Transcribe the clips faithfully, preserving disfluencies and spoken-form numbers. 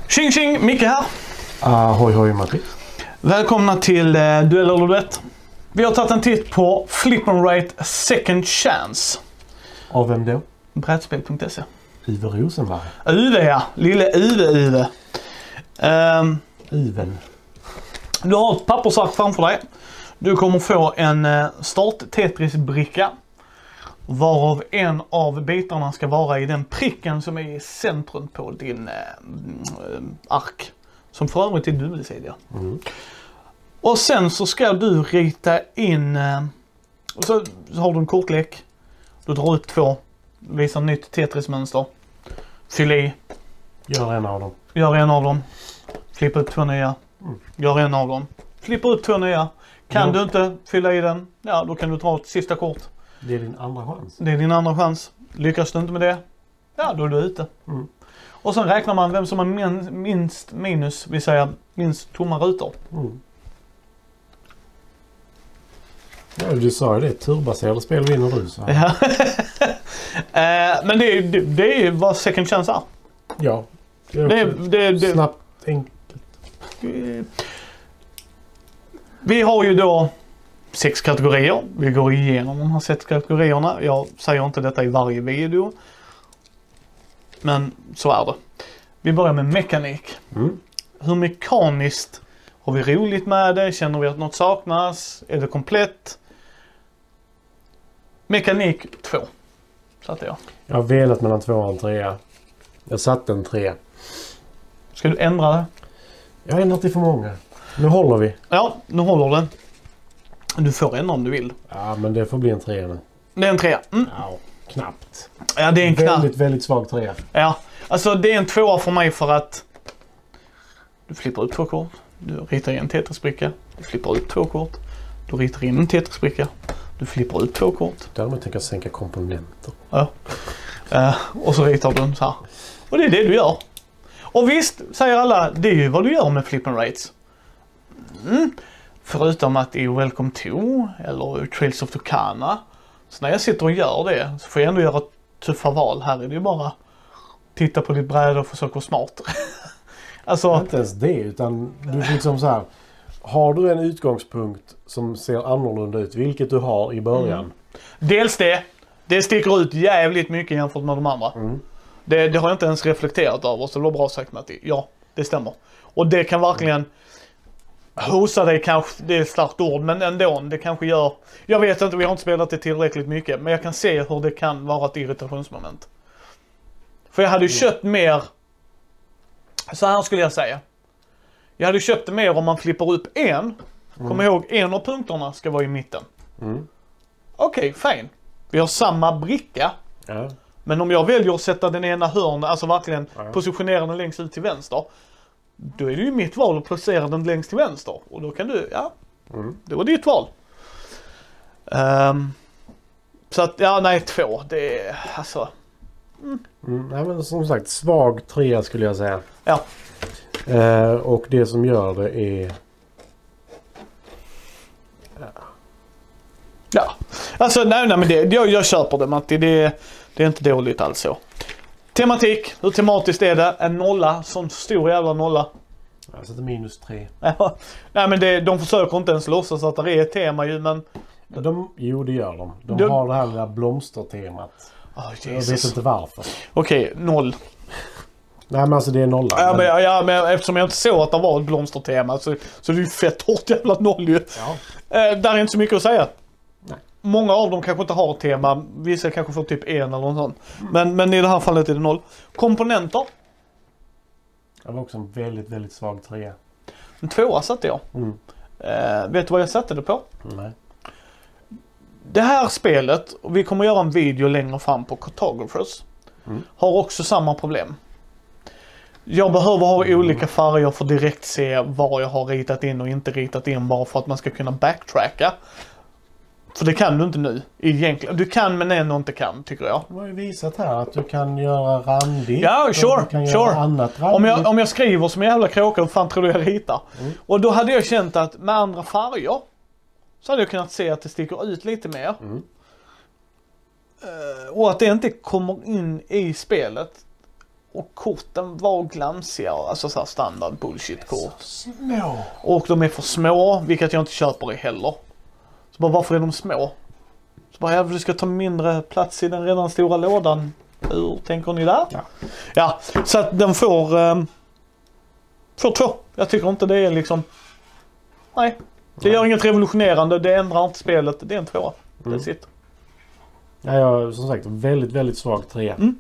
Tjing tjing, Micke här. Ahoj hoj Matti. Välkomna till eh, Duell eller Duett. Vi har tagit en titt på Flip and Write Second Chance. Av vem då? Brädspel punkt se. Uwe Rosenberg. Uwe ja, lille Uwe Uwe. Um, Uven. du har ett pappersark framför dig. Du kommer få en eh, start-Tetris-bricka. Varav en av bitarna ska vara i den pricken som är i centrum på din eh, ark. Som för övrigt är dubbelsidig. Mm. Och sen så ska du rita in, eh, och så, så har du en kortlek. Du drar ut två, visar nytt Tetris-mönster. Fyll i. Gör en av dem. Gör en av dem. Flippa ut två nya. Mm. Gör en av dem. Flippa ut två nya. Kan Ja. du inte fylla i den, ja då kan du ta ett sista kort. Det är din andra chans. Det är din andra chans. Lyckas du inte med det, ja då är du ute. Mm. Och sen räknar man vem som har min, minst minus, vill säga minst tomma rutor. Mm. Ja, du sa ju det. Turbaserade spel vinner du. Så. Ja. eh, men det, det, det är ju vad second chance är. Ja. Det är, Det, också det, det, snabbt, enkelt. Vi har ju då sex kategorier. Vi går igenom de här sex kategorierna. Jag säger inte detta i varje video. Men så är det. Vi börjar med mekanik. Mm. Hur mekaniskt har vi roligt med det? Känner vi att något saknas? Är det komplett? Mekanik två. Satte jag. Jag har velat mellan två och en trea. Jag satte en tre. Ska du ändra det? Jag har ändrat till för många. Nu håller vi. Ja, nu håller den. Du får ändra om du vill. Ja, men det får bli en trea nu. Det är en trea. Mm. Ja, knappt. Ja, det är en knapp. Väldigt, väldigt svag trea. Ja, alltså det är en tvåa för mig för att du flippar ut två kort. Du ritar in en Tetris-bricka. Du flippar ut två kort. Du ritar in en Tetris-bricka. Du flippar ut två kort. Däremot tänker jag sänka komponenter. Ja. Uh, och så ritar du den så här. Och det är det du gör. Och visst, säger alla, det är ju vad du gör med flip and rates. Mm. Förutom att i Welcome to eller Trails of Tucana. Så när jag sitter och gör det så får jag ändå göra tuffa val. Här är det ju bara titta på ditt bräde och försöka vara smart. Alltså, Inte ens det, utan du liksom så här. Har du en utgångspunkt som ser annorlunda ut, vilket du har i början. Mm. Dels det. Det sticker ut jävligt mycket jämfört med de andra. Mm. Det, det har jag inte ens reflekterat över, så det var bra sagt Matti. Ja, det stämmer. Och det kan verkligen hosa dig kanske, det är ett starkt ord, men ändå, det kanske gör... Jag vet inte, vi har inte spelat det tillräckligt mycket, men jag kan se hur det kan vara ett irritationsmoment. För jag hade ju köpt mer... Så här skulle jag säga. Jag hade köpt det mer om man flippar upp en. Mm. Kom ihåg, en av punkterna ska vara i mitten. Mm. Okej, okay, fine. Vi har samma bricka. Ja. Men om jag väljer att sätta den ena hörnet, alltså verkligen Ja. positionera den längst ut till vänster. Då är det ju mitt val att placera den längst till vänster. Och då kan du, ja, Mm. det var ditt val. Um, så att, ja nej, två. Det är, alltså. Mm. Nej, men som sagt, svag trea skulle jag säga. Ja. Eh, och det som gör det är... Ja. Alltså, nej, nej men det, jag, jag köper det Matti. Det, det är inte dåligt alls så. Tematik, hur tematiskt är det? En nolla, sån stor jävla nolla. Jag sätter minus tre. Ja. Nej men det, de försöker inte ens låtsas att det är ett tema ju, men... De, jo, det gör de. De, De- har det här lilla blomstertemat. Oh, Jag vet inte varför. Okej, noll. Nej, men alltså det är nolla. Ja, men- men, ja, men eftersom jag inte såg att det var ett blomstertema så, så det är ju fett hårt jävla noll ju. Ja. Eh, där är inte så mycket att säga. Nej. Många av dem kanske inte har ett tema. Vissa kanske får typ en eller något sånt. Men, men i det här fallet är det noll. Komponenter. Det var också en väldigt, väldigt svag trea. En tvåa satte jag. Mm. Eh, vet du vad jag satte det på? Nej. Det här spelet, och vi kommer göra en video längre fram på Cartographers, Mm. har också samma problem. Jag behöver ha Mm. olika färger för att direkt se vad jag har ritat in och inte ritat in, bara för att man ska kunna backtracka. För det kan du inte nu egentligen. Du kan men ändå inte kan, tycker jag. Du har ju visat här att du kan göra randigt. Ja, och sure, Du kan sure. göra annat randigt. Om jag, om jag skriver som en jävla kråka, hur fan tror du jag ritar? Mm. Och då hade jag känt att med andra färger så hade jag kunnat se att det sticker ut lite mer. Mm. Uh, och att det inte kommer in i spelet. Och korten var glansiga, alltså så här standard bullshit-kort. Små. Och de är för små, vilket jag inte köper i heller. Så bara, varför är de små? Så bara, ja, du ska ta mindre plats i den redan stora lådan. Hur tänker ni där? Ja. Ja, så att den får... Um, får två. Jag tycker inte det är liksom... Nej. Det gör inget revolutionerande, det ändrar inte spelet. Det är en tvåa. Mm. Det sitter. Ja, jag som sagt väldigt, väldigt svag trea. Mm.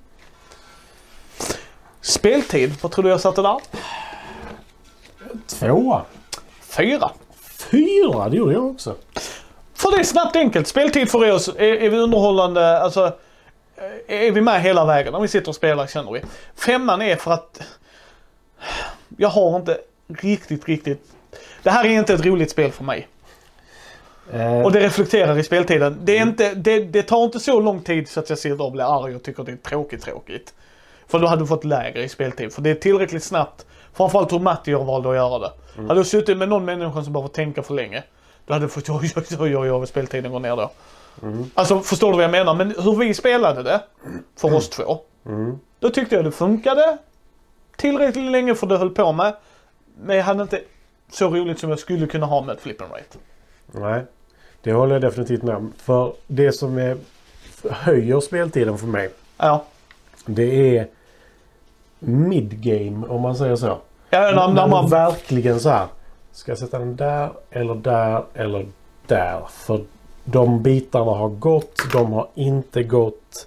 Speltid, vad tror du jag satte där? Tvåa. Fyra. Fyra, det gjorde jag också. För det är snabbt enkelt. Speltid för oss, är, är vi underhållande, alltså är vi med hela vägen när vi sitter och spelar, känner vi. Femman är för att jag har inte riktigt, riktigt, det här är inte ett roligt spel för mig. Eh, Och det reflekterar i speltiden. Det, är inte, det, det tar inte så lång tid så att jag sitter och blir arg och tycker det är tråkigt, tråkigt. För då hade du fått lägre i speltid. För det är tillräckligt snabbt. Framförallt hur Matti valde att göra det. Mm. Hade du suttit med någon människa som bara får tänka för länge, då hade du fått oj, oj, oj, oj, oj, speltiden går ner då. Mm. Alltså, förstår du vad jag menar? Men hur vi spelade det, för mm. oss två, mm. då tyckte jag det funkade tillräckligt länge för det höll på med. Men jag hade inte så roligt som jag skulle kunna ha med ett flip and rate. Nej, det håller jag definitivt med om. För det som är, höjer speltiden för mig, ja. det är midgame, om man säger så. Ja, när, när, när man verkligen så här, ska jag sätta den där eller där eller där? För de bitarna har gått, de har inte gått.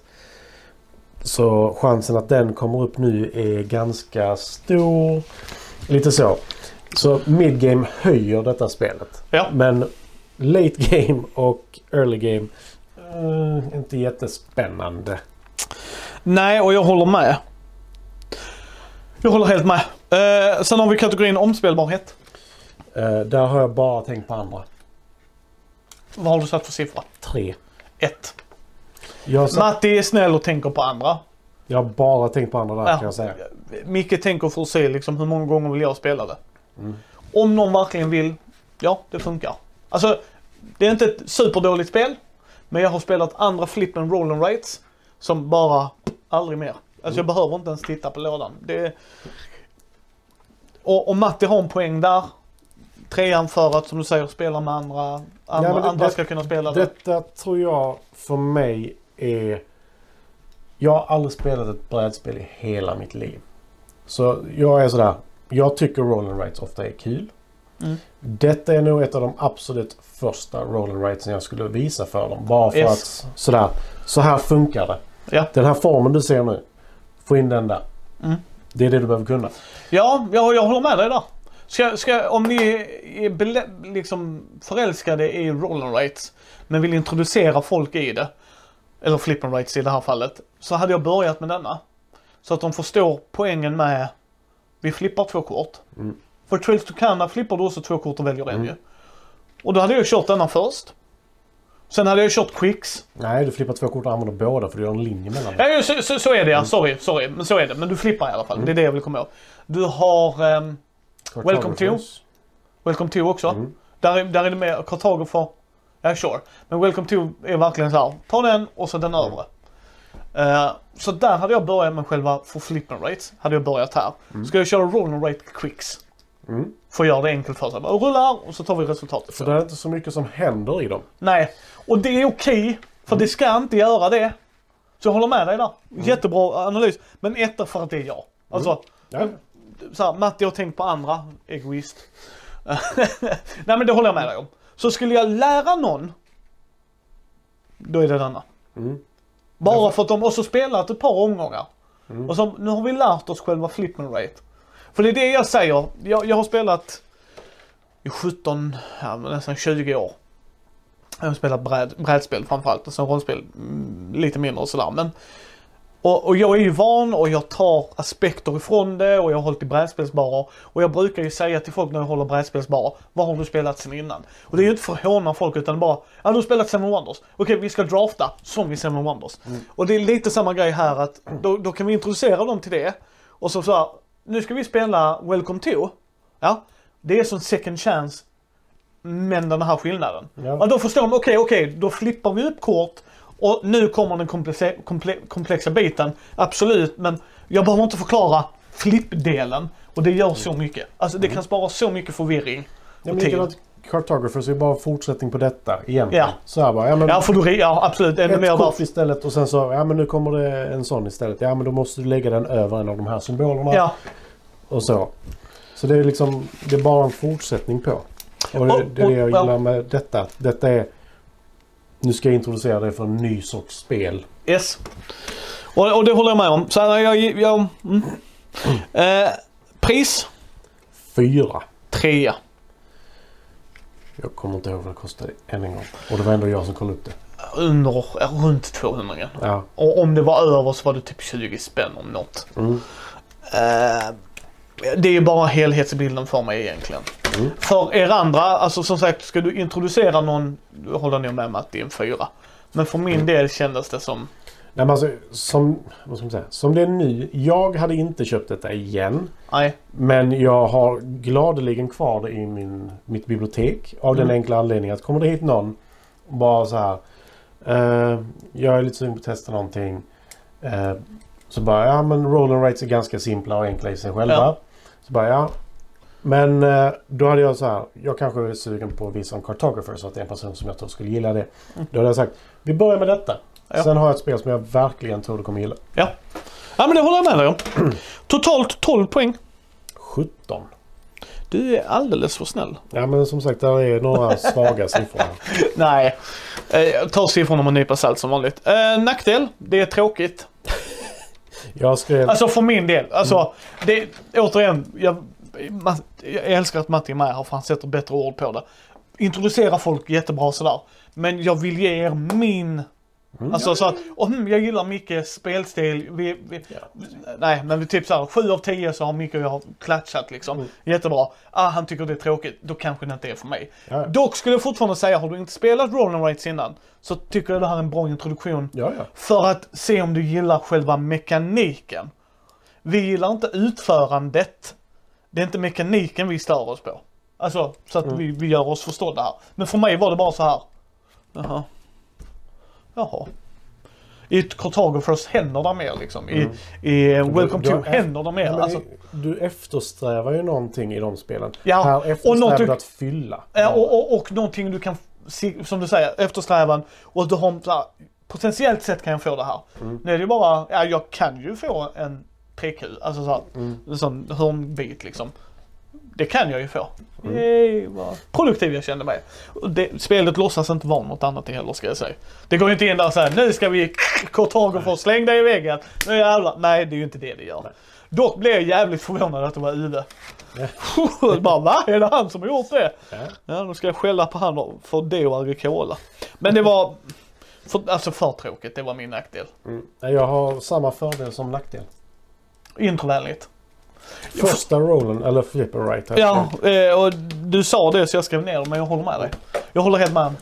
Så chansen att den kommer upp nu är ganska stor. Lite så. Så midgame höjer detta spelet. Ja. Men late game och early game uh, inte jättespännande. Nej, och jag håller med. Jag håller helt med. Eh, sen har vi kategorin omspelbarhet. Uh, där har jag bara tänkt på andra. Vad har du satt för siffra? Tre. Ett. Jag satt... Matti är snäll och tänker på andra. Jag har bara tänkt på andra där, ja. Kan jag säga. Micke tänker för att se liksom, hur många gånger vill jag spela det. Mm. Om någon verkligen vill, ja, det funkar. Alltså, det är inte ett superdåligt spel. Men jag har spelat andra flip and roll and rates som bara aldrig mer. Alltså mm. jag behöver inte ens titta på lådan. Det är... och, och Matti har en poäng där. Trean för att, som du säger, spela med andra. Andra, ja, det, andra ska kunna spela det. Detta tror jag för mig är... Jag har aldrig spelat ett brädspel i hela mitt liv. Så jag är sådär... Jag tycker roll and rates ofta är kul. Mm. Detta är nog ett av de absolut första roll and ratesen jag skulle visa för dem. Bara för yes. att sådär, så här funkar det. Ja. Den här formen du ser nu, få in den där. Mm. Det är det du behöver kunna. Ja, jag, jag håller med dig där. Ska, ska, om ni är bele, liksom förälskade i roll and rates men vill introducera folk i det, eller flip and rates i det här fallet, så hade jag börjat med denna. Så att de förstår poängen med vi flippar två kort. Mm. För Trails to Canada flippar du också två kort och väljer mm. en ju. Och då hade jag kört denna först. Sen hade jag kört quicks. Nej, du flippar två kort och använder båda för du har en linje mellan dem. Ja, så, så, så är det ja. Sorry, sorry. Men så är det. Men du flippar i alla fall. Mm. Det är det jag vill komma ihåg. Du har um, Welcome to. Welcome to också. Mm. Där, där är det med kartografer. Ja, sure. Men Welcome to är verkligen så här. Ta den och så den mm. övre. Uh, så där hade jag börjat med själva för flip and rates. Hade jag börjat här. Mm. Ska jag köra roll and rate quicks. Mm. Får göra det enkelt för sig. Och rullar och så tar vi resultatet. För det är inte så mycket som händer i dem. Nej. Och det är okej. För mm. det ska inte göra det. Så jag håller med dig där. Mm. Jättebra analys. Men ett för att det är jag. Alltså. Mm. Ja. Så här, Matti har tänkt på andra. Egoist. Nej men det håller jag med dig om. Så skulle jag lära någon. Då är det denna. Mm. Bara för att de också spelat ett par omgångar. Mm. Och så, nu har vi lärt oss själva flip and rate. För det är det jag säger. Jag, jag har spelat i sjutton, ja, nästan tjugo år. Jag har spelat bräd, brädspel framförallt. Och sen rollspel mm, lite mindre och sådär. Men, och, och jag är ju van och jag tar aspekter ifrån det. Och jag har hållit i brädspelsbarer. Och jag brukar ju säga till folk när jag håller brädspelsbarer. Vad har du spelat sen innan? Och det är ju inte för att håna folk utan bara. Ja, du har spelat Seven Wonders. Okej, vi ska drafta som i Seven Wonders. Mm. Och det är lite samma grej här att då, då kan vi introducera dem till det. Och så så här, nu ska vi spela Welcome to. Ja, det är som second chance. Men den här skillnaden. Ja. Och då förstår de, okej, okay, okej, okay, då flippar vi upp kort. Och nu kommer den komplexa, komple, komplexa biten. Absolut, men jag behöver inte förklara flippdelen. Och det gör så mycket. Alltså det kan spara så mycket förvirring. Ja, men likadant Cartographers är bara fortsättning på detta egentligen. Ja. Så här bara, ja, men ja, för du, ja absolut. Ännu ett mer kort istället och sen så, ja men nu kommer det en sån istället. Ja men då måste du lägga den över en av de här symbolerna. Ja. Och så. Så det är liksom, det är bara en fortsättning på. Och det, det är det jag gillar med detta. Detta är, nu ska jag introducera det för en ny sorts spel. Yes. Och, och det håller jag med om. Så jag, jag, jag mm. eh, pris? Fyra. Trea. Jag kommer inte ihåg vad det kostade än en gång. Och det var ändå jag som kollade upp det. Under, runt tvåhundra. Ja. Och om det var över så var det typ tjugo spänn om något. Mm. Eh, det är ju bara helhetsbilden för mig egentligen. Mm. För er andra, alltså som sagt, ska du introducera någon, håller ni med mig att det är en fyra. Men för min del kändes det som... Nej, men alltså, som, vad ska man säga? Som det är nu, jag hade inte köpt detta igen. Nej. Men jag har gladeligen kvar det i min, mitt bibliotek. Av mm. den enkla anledningen att kommer det hit någon och bara så här. Uh, jag är lite sugen på att testa någonting. Uh, så bara, ja men roll and writes är ganska simpla och enkla i sig själva. Ja. Så bara, ja. Men uh, då hade jag så här, jag kanske är sugen på att visa en cartographer så att det är en person som jag tror skulle gilla det. Mm. Då hade jag sagt, vi börjar med detta. Ja. Sen har jag ett spel som jag verkligen tror du kommer gilla. Ja. Ja men det håller jag med dig om. Totalt tolv poäng. sjutton. Du är alldeles för snäll. Ja men som sagt, där är några svaga siffror. Nej. Jag tar siffrorna med en nypa salt som vanligt. Eh, nackdel, det är tråkigt. Jag skrev... Alltså för min del. Alltså, det, återigen, jag, jag älskar att Matti är med här för han sätter bättre ord på det. Introducera folk jättebra sådär. Men jag vill ge er min... Mm. Alltså så att, och, hm, jag gillar Mickes spelstil. Vi, vi, ja. Nej, men vi typ så här, sju av tio så har Micke och jag klatschat liksom. Mm. Jättebra. Ah, han tycker det är tråkigt. Då kanske det inte är för mig. Ja. Dock skulle jag fortfarande säga, har du inte spelat Roll and Writes innan så tycker jag det här är en bra introduktion. Ja, ja. För att se om du gillar själva mekaniken. Vi gillar inte utförandet. Det är inte mekaniken vi stör oss på. Alltså, så att mm. vi, vi gör oss förstådda här. Men för mig var det bara så här. Jaha. Jaha. I ett Cartographers händer där mer liksom. I, mm. i Welcome du, to händer där mer. Ja, alltså, du eftersträvar ju någonting i de spelen. Ja, här eftersträvar du att fylla. Ja, och, och, och någonting du kan, som du säger, eftersträvan. Och du har så här, potentiellt sett kan jag få det här. Mm. Nu är det bara, ja jag kan ju få en P Q. Alltså så här, mm. en sån hörnbit liksom. Det kan jag ju få. Mm. Yay, vad produktiv jag kände mig. Det, spelet låtsas inte vara något annat heller ska jag säga. Det går ju inte in där och säga, nu ska vi Cartographer släng dig i väggen. Nu jävlar. Nej, det är ju inte det det gör. Nej. Dock blev jag jävligt förvånad att det var Uwe. Ja. Bara, va? Är det han som har gjort det? Ja, ja då ska jag skälla på han för det och Agricola. Men det var för, alltså för tråkigt, det var min nackdel. Mm. Jag har samma fördel som nackdel. Intrövänligt. Första rollen, eller flipper right. Här. Ja, och du sa det så jag skrev ner det, men jag håller med dig. Jag håller helt med.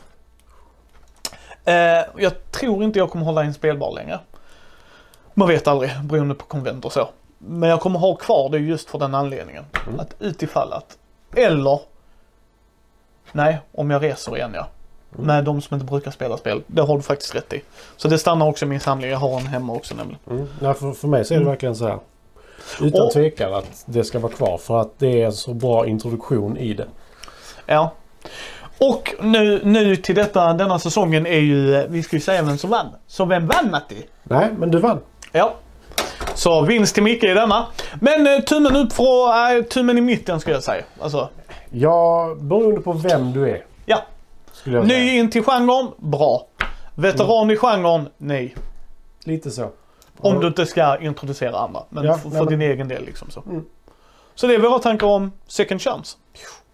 Jag tror inte jag kommer hålla in spelbar längre. Man vet aldrig, beroende på konvent och så. Men jag kommer ha kvar det just för den anledningen. Mm. Att utifall att, eller, nej, om jag reser igen ja. Mm. Med de som inte brukar spela spel. Det har du faktiskt rätt i. Så det stannar också i min samling. Jag har en hemma också nämligen. Mm. Ja, för, för mig så är det mm. verkligen så här. Utan och, tvekan att det ska vara kvar för att det är en så bra introduktion i det. Ja. Och nu, nu till detta, denna säsongen är ju, vi ska ju säga vem som vann. Så vem vann Matti? Nej, men du vann. Ja. Så vinst till Micke i denna. Men eh, tummen upp från, äh, tummen i mitten ska jag säga. Alltså. Ja, beroende på vem du är. Ja. Ny in till genren, bra. Veteran mm. i genren, nej. Lite så. Om du inte ska introducera andra. Men ja, för, för men... din egen del liksom så. Mm. Så det är våra tankar om Second Chance.